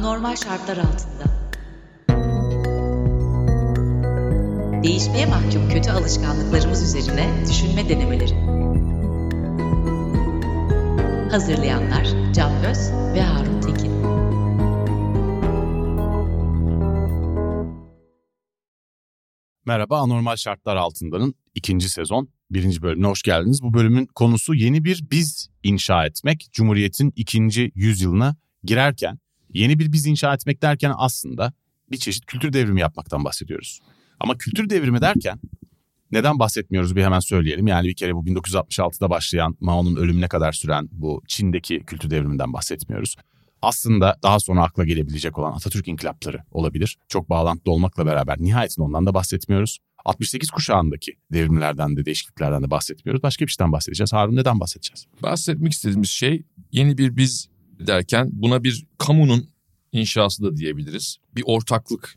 Anormal şartlar altında. Değişmeye mahkum kötü alışkanlıklarımız üzerine düşünme denemeleri. Hazırlayanlar Can Öz ve Harun Tekin. Merhaba, Anormal Şartlar Altında'nın 2. sezon 1. bölümüne hoş geldiniz. Bu bölümün konusu yeni bir biz inşa etmek. Cumhuriyet'in 2. yüzyılına girerken yeni bir biz inşa etmek derken aslında bir çeşit kültür devrimi yapmaktan bahsediyoruz. Ama kültür devrimi derken neden bahsetmiyoruz bir hemen söyleyelim. Yani bir kere bu 1966'da başlayan Mao'nun ölümüne kadar süren bu Çin'deki kültür devriminden bahsetmiyoruz. Aslında daha sonra akla gelebilecek olan Atatürk inkılapları olabilir. Çok bağlantılı olmakla beraber nihayetinde ondan da bahsetmiyoruz. 68 kuşağındaki devrimlerden de değişikliklerden de bahsetmiyoruz. Başka bir şeyden bahsedeceğiz. Harun, neden bahsedeceğiz? Bahsetmek istediğimiz şey yeni bir biz derken buna bir kamunun inşası da diyebiliriz. Bir ortaklık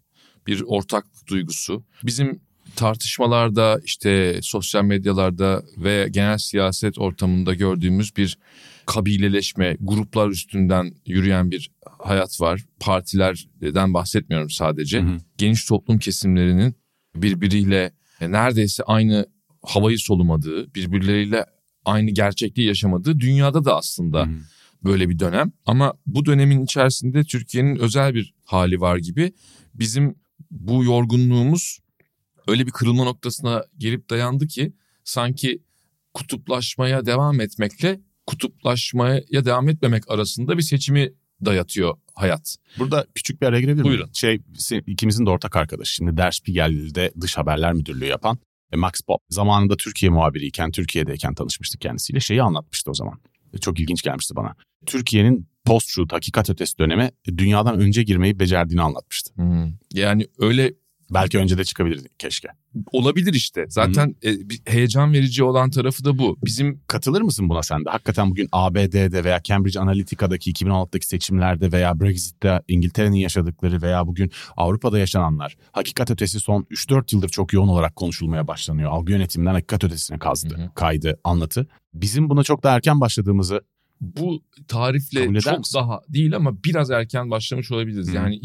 duygusu. Bizim tartışmalarda, işte sosyal medyalarda ve genel siyaset ortamında gördüğümüz bir kabileleşme, gruplar üstünden yürüyen bir hayat var. Partilerden bahsetmiyorum sadece. Geniş toplum kesimlerinin birbiriyle neredeyse aynı havayı solumadığı, birbirleriyle aynı gerçekliği yaşamadığı dünyada da aslında böyle bir dönem. Ama bu dönemin içerisinde Türkiye'nin özel bir hali var gibi. Bizim bu yorgunluğumuz öyle bir kırılma noktasına gelip dayandı ki sanki kutuplaşmaya devam etmekle kutuplaşmaya devam etmemek arasında bir seçimi dayatıyor hayat. Burada küçük bir araya girebilir miyim? Buyurun. İkimizin de ortak arkadaşı. Şimdi Der Spiegel'de dış haberler müdürlüğü yapan Max Pop. Zamanında Türkiye muhabiriyken, Türkiye'deyken tanışmıştık kendisiyle. Şeyi anlatmıştı o zaman. Çok ilginç gelmişti bana. Türkiye'nin post-truth, hakikat ötesi döneme dünyadan önce girmeyi becerdiğini anlatmıştı. Yani öyle... Belki önce de çıkabilirdi keşke. Olabilir işte. Zaten bir heyecan verici olan tarafı da bu. Katılır mısın buna sen de? Hakikaten bugün ABD'de veya Cambridge Analytica'daki 2016'daki seçimlerde veya Brexit'te İngiltere'nin yaşadıkları veya bugün Avrupa'da yaşananlar, hakikat ötesi son 3-4 yıldır çok yoğun olarak konuşulmaya başlanıyor. Algı yönetiminden hakikat ötesine kaydı anlatı. Bizim buna çok da erken başladığımızı bu tarifle çok misin? Daha değil ama biraz erken başlamış olabiliriz. Yani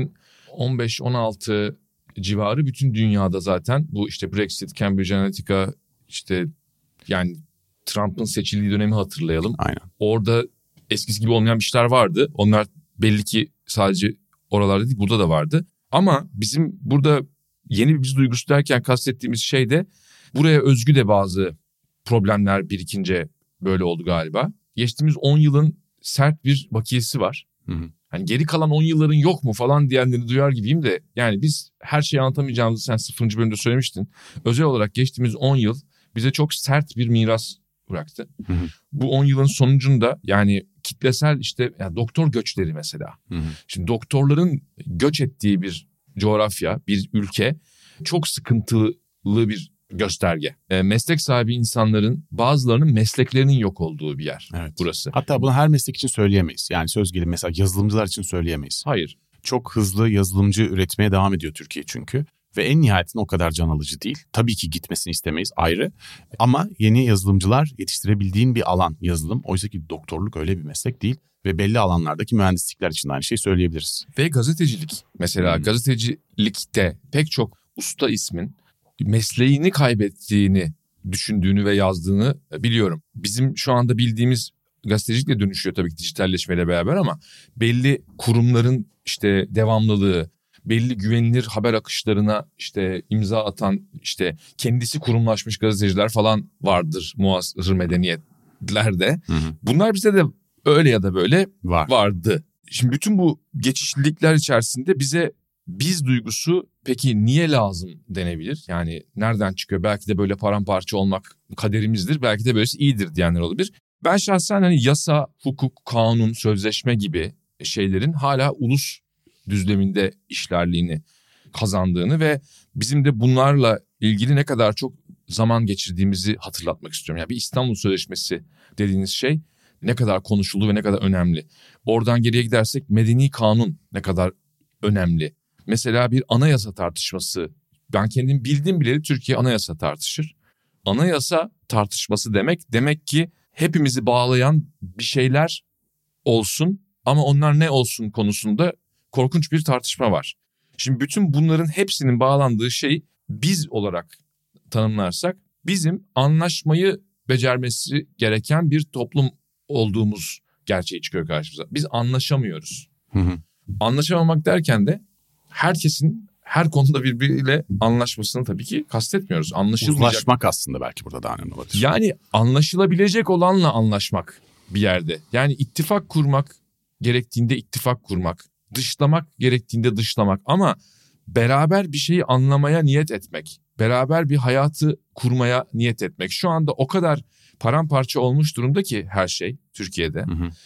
2015-16 civarı bütün dünyada zaten bu işte Brexit, Cambridge Analytica, işte yani Trump'ın seçildiği dönemi hatırlayalım. Aynen. Orada eskisi gibi olmayan bir şeyler vardı. Onlar belli ki sadece oralarda değil, burada da vardı. Ama bizim burada yeni bir biz duygusu derken kastettiğimiz şey de buraya özgü de bazı problemler birikince böyle oldu galiba. Geçtiğimiz 10 yılın sert bir bakiyesi var. Hani geri kalan 10 yılların yok mu falan diyenleri duyar gibiyim de yani biz her şeyi anlatamayacağımızı sen 0. bölümde söylemiştin. Özel olarak geçtiğimiz 10 yıl bize çok sert bir miras bıraktı. Bu 10 yılın sonucunda yani kitlesel işte yani doktor göçleri mesela. Şimdi doktorların göç ettiği bir coğrafya, bir ülke çok sıkıntılı bir gösterge. Meslek sahibi insanların bazılarının mesleklerinin yok olduğu bir yer burası. Hatta bunu her meslek için söyleyemeyiz. Yani söz gelimi mesela yazılımcılar için söyleyemeyiz. Hayır. Çok hızlı yazılımcı üretmeye devam ediyor Türkiye çünkü. Ve en nihayetinde o kadar can alıcı değil. Tabii ki gitmesini istemeyiz ayrı. Ama yeni yazılımcılar yetiştirebildiğin bir alan yazılım. Oysa ki doktorluk öyle bir meslek değil. Ve belli alanlardaki mühendislikler için de aynı şeyi söyleyebiliriz. Ve gazetecilik. Mesela gazetecilikte pek çok usta ismin mesleğini kaybettiğini düşündüğünü ve yazdığını biliyorum. Bizim şu anda bildiğimiz gazetecilikle dönüşüyor tabii ki dijitalleşmeyle beraber ama belli kurumların işte devamlılığı, belli güvenilir haber akışlarına işte imza atan işte kendisi kurumlaşmış gazeteciler falan vardır muasır medeniyetlerde. Bunlar bize de öyle ya da böyle vardı. Şimdi bütün bu geçişlilikler içerisinde bize biz duygusu peki niye lazım denebilir? Yani nereden çıkıyor? Belki de böyle paramparça olmak kaderimizdir. Belki de böylesi iyidir diyenler olabilir. Ben şahsen hani yasa, hukuk, kanun, sözleşme gibi şeylerin hala ulus düzleminde işlerliğini kazandığını ve bizim de bunlarla ilgili ne kadar çok zaman geçirdiğimizi hatırlatmak istiyorum. Yani bir İstanbul Sözleşmesi dediğiniz şey ne kadar konuşuldu ve ne kadar önemli. Oradan geriye gidersek medeni kanun ne kadar önemli. Mesela bir anayasa tartışması, ben kendim bildiğim bileli Türkiye anayasa tartışır. Anayasa tartışması demek ki hepimizi bağlayan bir şeyler olsun ama onlar ne olsun konusunda korkunç bir tartışma var. Şimdi bütün bunların hepsinin bağlandığı şey biz olarak tanımlarsak bizim anlaşmayı becermesi gereken bir toplum olduğumuz gerçeği çıkıyor karşımıza. Biz anlaşamıyoruz. Anlaşamamak derken de herkesin her konuda birbiriyle anlaşmasını tabii ki kastetmiyoruz. Uzlaşmak aslında belki burada daha önemli olabilir. Yani anlaşılabilecek olanla anlaşmak bir yerde. Yani ittifak kurmak gerektiğinde ittifak kurmak. Dışlamak gerektiğinde dışlamak. Ama beraber bir şeyi anlamaya niyet etmek. Beraber bir hayatı kurmaya niyet etmek. Şu anda o kadar paramparça olmuş durumda ki her şey Türkiye'de.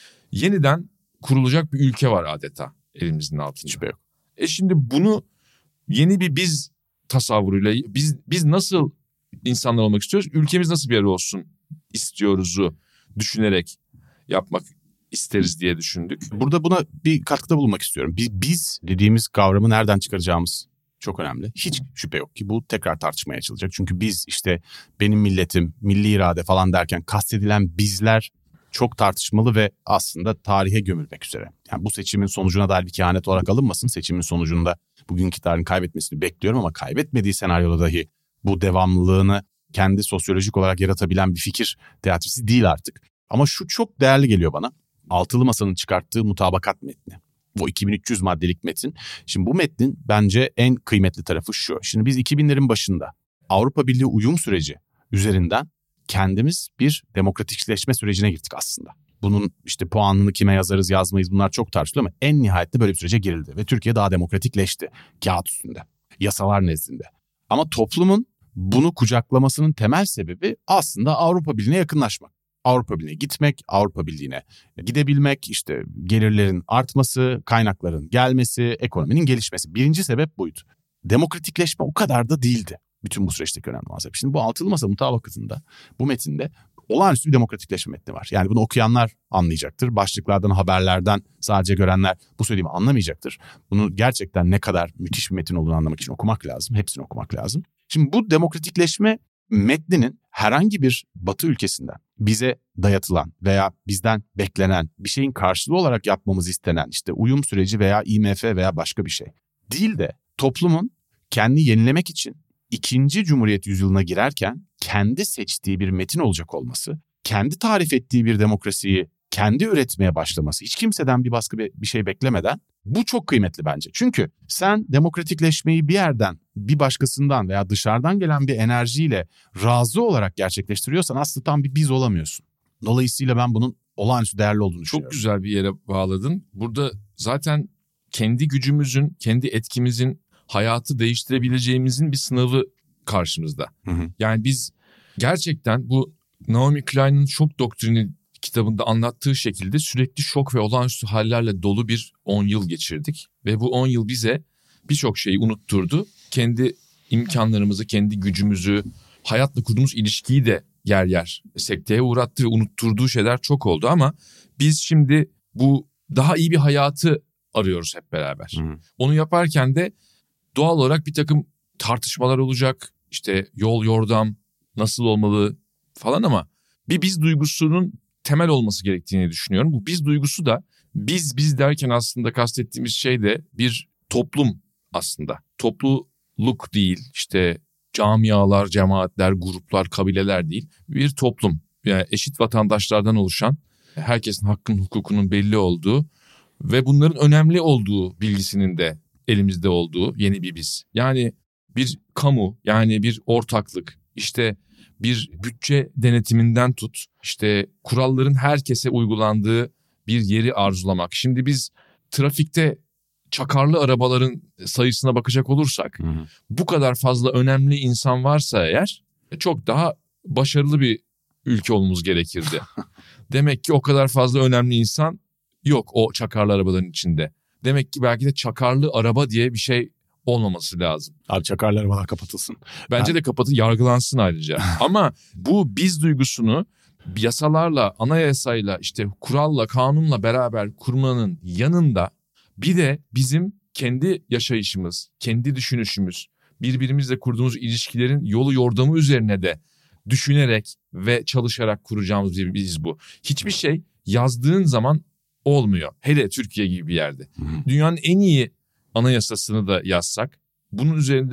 Yeniden kurulacak bir ülke var adeta elimizin altında. Hiçbir yok. Şimdi bunu yeni bir biz tasavvuruyla biz nasıl insanlar olmak istiyoruz? Ülkemiz nasıl bir yer olsun istiyoruzu düşünerek yapmak isteriz diye düşündük. Burada buna bir katkıda bulunmak istiyorum. Biz dediğimiz kavramı nereden çıkaracağımız çok önemli. Hiç şüphe yok ki bu tekrar tartışmaya açılacak. Çünkü biz işte benim milletim, milli irade falan derken kastedilen bizler çok tartışmalı ve aslında tarihe gömülmek üzere. Yani bu seçimin sonucuna dair bir kehanet olarak alınmasın. Seçimin sonucunda bugün iktidarın kaybetmesini bekliyorum ama kaybetmediği senaryoda dahi bu devamlılığını kendi sosyolojik olarak yaratabilen bir fikir teatrisi değil artık. Ama şu çok değerli geliyor bana. Altılı Masa'nın çıkarttığı mutabakat metni. O 2300 maddelik metin. Şimdi bu metnin bence en kıymetli tarafı şu. Şimdi biz 2000'lerin başında Avrupa Birliği uyum süreci üzerinden kendimiz bir demokratikleşme sürecine girdik aslında. Bunun işte puanını kime yazarız yazmayız bunlar çok tartışılıyor ama en nihayetinde böyle bir sürece girildi. Ve Türkiye daha demokratikleşti kağıt üstünde, yasalar nezdinde. Ama toplumun bunu kucaklamasının temel sebebi aslında Avrupa Birliği'ne yakınlaşmak. Avrupa Birliği'ne gitmek, Avrupa Birliği'ne gidebilmek, işte gelirlerin artması, kaynakların gelmesi, ekonominin gelişmesi. Birinci sebep buydu. Demokratikleşme o kadar da değildi. Bütün bu süreçteki önemli malzeme. Şimdi bu Altılı Masa mutabakatında, bu metinde olağanüstü bir demokratikleşme metni var. Yani bunu okuyanlar anlayacaktır. Başlıklardan, haberlerden sadece görenler bu söylediğimi anlamayacaktır. Bunu gerçekten ne kadar müthiş bir metin olduğunu anlamak için okumak lazım. Hepsini okumak lazım. Şimdi bu demokratikleşme metninin herhangi bir Batı ülkesinden bize dayatılan veya bizden beklenen bir şeyin karşılığı olarak yapmamız istenen işte uyum süreci veya IMF veya başka bir şey değil de toplumun kendini yenilemek için ikinci Cumhuriyet yüzyılına girerken kendi seçtiği bir metin olacak olması, kendi tarif ettiği bir demokrasiyi kendi üretmeye başlaması, hiç kimseden bir baskı bir şey beklemeden bu çok kıymetli bence. Çünkü sen demokratikleşmeyi bir yerden, bir başkasından veya dışarıdan gelen bir enerjiyle razı olarak gerçekleştiriyorsan aslında tam bir biz olamıyorsun. Dolayısıyla ben bunun olağanüstü değerli olduğunu düşünüyorum. Çok güzel bir yere bağladın. Burada zaten kendi gücümüzün, kendi etkimizin hayatı değiştirebileceğimizin bir sınavı karşımızda. Yani biz gerçekten bu Naomi Klein'in Şok Doktrini kitabında anlattığı şekilde sürekli şok ve olağanüstü hallerle dolu bir 10 yıl geçirdik. Ve bu 10 yıl bize birçok şeyi unutturdu. Kendi imkanlarımızı, kendi gücümüzü, hayatla kurduğumuz ilişkiyi de yer yer sekteye uğrattı ve unutturduğu şeyler çok oldu. Ama biz şimdi bu daha iyi bir hayatı arıyoruz hep beraber. Onu yaparken de doğal olarak bir takım tartışmalar olacak. İşte yol, yordam, nasıl olmalı falan ama bir biz duygusunun temel olması gerektiğini düşünüyorum. Bu biz duygusu da biz derken aslında kastettiğimiz şey de bir toplum aslında. Topluluk değil, işte camialar, cemaatler, gruplar, kabileler değil. Bir toplum, yani eşit vatandaşlardan oluşan, herkesin hakkın hukukunun belli olduğu ve bunların önemli olduğu bilgisinin de elimizde olduğu yeni bir biz. Yani bir kamu, yani bir ortaklık, işte bir bütçe denetiminden tut, işte kuralların herkese uygulandığı bir yeri arzulamak. Şimdi biz trafikte çakarlı arabaların sayısına bakacak olursak bu kadar fazla önemli insan varsa eğer çok daha başarılı bir ülke olmamız gerekirdi. Demek ki o kadar fazla önemli insan yok o çakarlı arabaların içinde. Demek ki belki de çakarlı araba diye bir şey olmaması lazım. Abi çakarlı arabalar kapatılsın. Bence de kapatın, yargılansın ayrıca. Ama bu biz duygusunu yasalarla, anayasayla, işte kuralla, kanunla beraber kurmanın yanında bir de bizim kendi yaşayışımız, kendi düşünüşümüz, birbirimizle kurduğumuz ilişkilerin yolu yordamı üzerine de düşünerek ve çalışarak kuracağımız bir biz bu. Hiçbir şey yazdığın zaman olmuyor. Hele Türkiye gibi bir yerde. Dünyanın en iyi anayasasını da yazsak, bunun üzerinde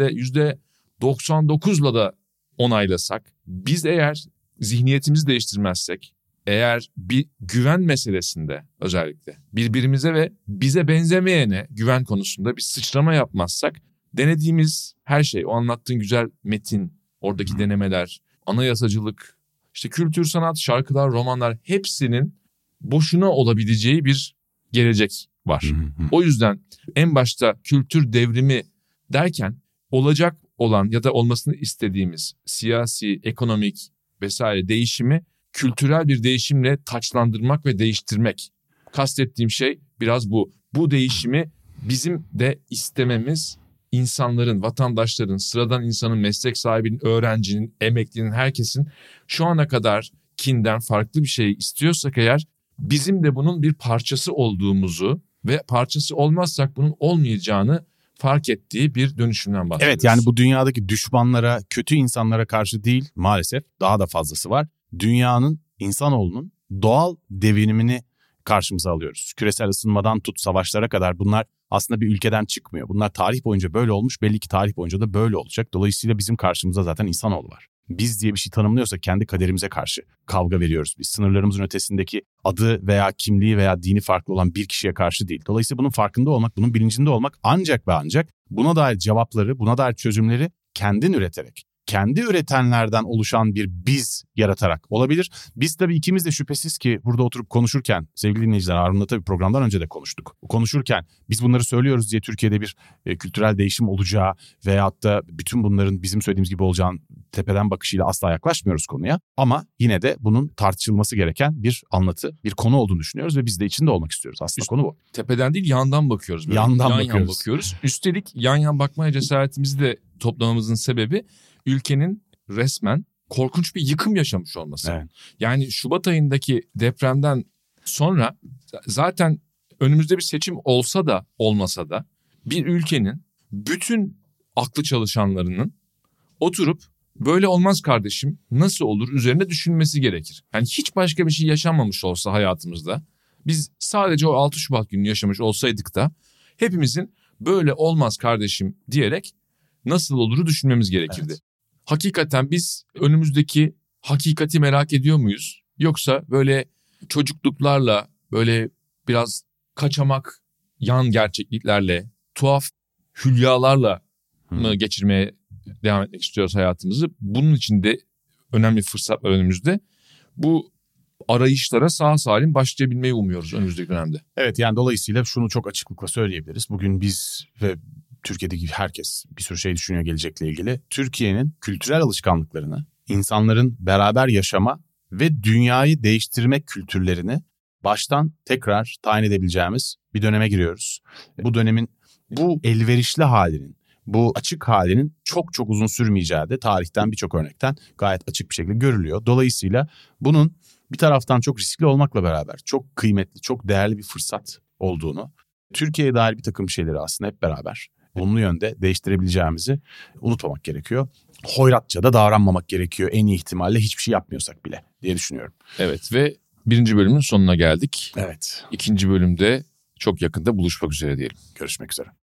%99'la da onaylasak, biz eğer zihniyetimizi değiştirmezsek, eğer bir güven meselesinde özellikle birbirimize ve bize benzemeyene güven konusunda bir sıçrama yapmazsak, denediğimiz her şey, o anlattığın güzel metin, oradaki denemeler, anayasacılık, işte kültür, sanat, şarkılar, romanlar, hepsinin boşuna olabileceği bir gelecek var. O yüzden en başta kültür devrimi derken olacak olan ya da olmasını istediğimiz siyasi, ekonomik vesaire değişimi kültürel bir değişimle taçlandırmak ve değiştirmek. Kastettiğim şey biraz bu. Bu değişimi bizim de istememiz, insanların, vatandaşların, sıradan insanın, meslek sahibinin, öğrencinin, emeklinin, herkesin şu ana kadarkinden farklı bir şey istiyorsak eğer, bizim de bunun bir parçası olduğumuzu ve parçası olmazsak bunun olmayacağını fark ettiği bir dönüşümden bahsediyoruz. Evet, yani bu dünyadaki düşmanlara, kötü insanlara karşı değil, maalesef daha da fazlası var. Dünyanın, insanoğlunun doğal devinimini karşımıza alıyoruz. Küresel ısınmadan tut savaşlara kadar bunlar aslında bir ülkeden çıkmıyor. Bunlar tarih boyunca böyle olmuş, belli ki tarih boyunca da böyle olacak. Dolayısıyla bizim karşımızda zaten insanoğlu var. Biz diye bir şey tanımlıyorsak kendi kaderimize karşı kavga veriyoruz biz. Sınırlarımızın ötesindeki adı veya kimliği veya dini farklı olan bir kişiye karşı değil. Dolayısıyla bunun farkında olmak, bunun bilincinde olmak ancak ve ancak buna dair cevapları, buna dair çözümleri kendin üreterek, kendi üretenlerden oluşan bir biz yaratarak olabilir. Biz tabii ikimiz de şüphesiz ki burada oturup konuşurken, sevgili dinleyiciler, Harun'la tabii programdan önce de konuştuk. Konuşurken biz bunları söylüyoruz diye Türkiye'de bir kültürel değişim olacağı veyahut da bütün bunların bizim söylediğimiz gibi olacağını tepeden bakışıyla asla yaklaşmıyoruz konuya. Ama yine de bunun tartışılması gereken bir anlatı, bir konu olduğunu düşünüyoruz ve biz de içinde olmak istiyoruz. Aslında konu bu. Tepeden değil, yandan bakıyoruz. Böyle. Yan bakıyoruz. Üstelik yan bakmaya cesaretimizi de toplamamızın sebebi ülkenin resmen korkunç bir yıkım yaşamış olması. Evet. Yani Şubat ayındaki depremden sonra zaten önümüzde bir seçim olsa da olmasa da bir ülkenin bütün aklı çalışanlarının oturup böyle olmaz kardeşim, nasıl olur üzerine düşünmesi gerekir. Yani hiç başka bir şey yaşanmamış olsa hayatımızda, biz sadece o 6 Şubat günü yaşamış olsaydık da hepimizin böyle olmaz kardeşim diyerek nasıl oluru düşünmemiz gerekirdi. Evet. Hakikaten biz önümüzdeki hakikati merak ediyor muyuz? Yoksa böyle çocukluklarla, böyle biraz kaçamak yan gerçekliklerle, tuhaf hülyalarla mı geçirmeye devam etmek istiyoruz hayatımızı? Bunun için de önemli fırsat var önümüzde. Bu arayışlara sağ salim başlayabilmeyi umuyoruz önümüzdeki dönemde. Evet, yani dolayısıyla şunu çok açıklıkla söyleyebiliriz. Bugün biz ve Türkiye'deki herkes bir sürü şey düşünüyor gelecekle ilgili. Türkiye'nin kültürel alışkanlıklarını, insanların beraber yaşama ve dünyayı değiştirme kültürlerini baştan tekrar tayin edebileceğimiz bir döneme giriyoruz. Bu dönemin bu elverişli halinin, bu açık halinin çok çok uzun sürmeyeceği de tarihten birçok örnekten gayet açık bir şekilde görülüyor. Dolayısıyla bunun bir taraftan çok riskli olmakla beraber çok kıymetli, çok değerli bir fırsat olduğunu, Türkiye'ye dair bir takım şeyleri aslında hep beraber olumlu yönde değiştirebileceğimizi unutmamak gerekiyor. Hoyratça da davranmamak gerekiyor, en iyi ihtimalle hiçbir şey yapmıyorsak bile diye düşünüyorum. Evet ve 1. bölümün sonuna geldik. Evet. 2. bölümde çok yakında buluşmak üzere diyelim. Görüşmek üzere.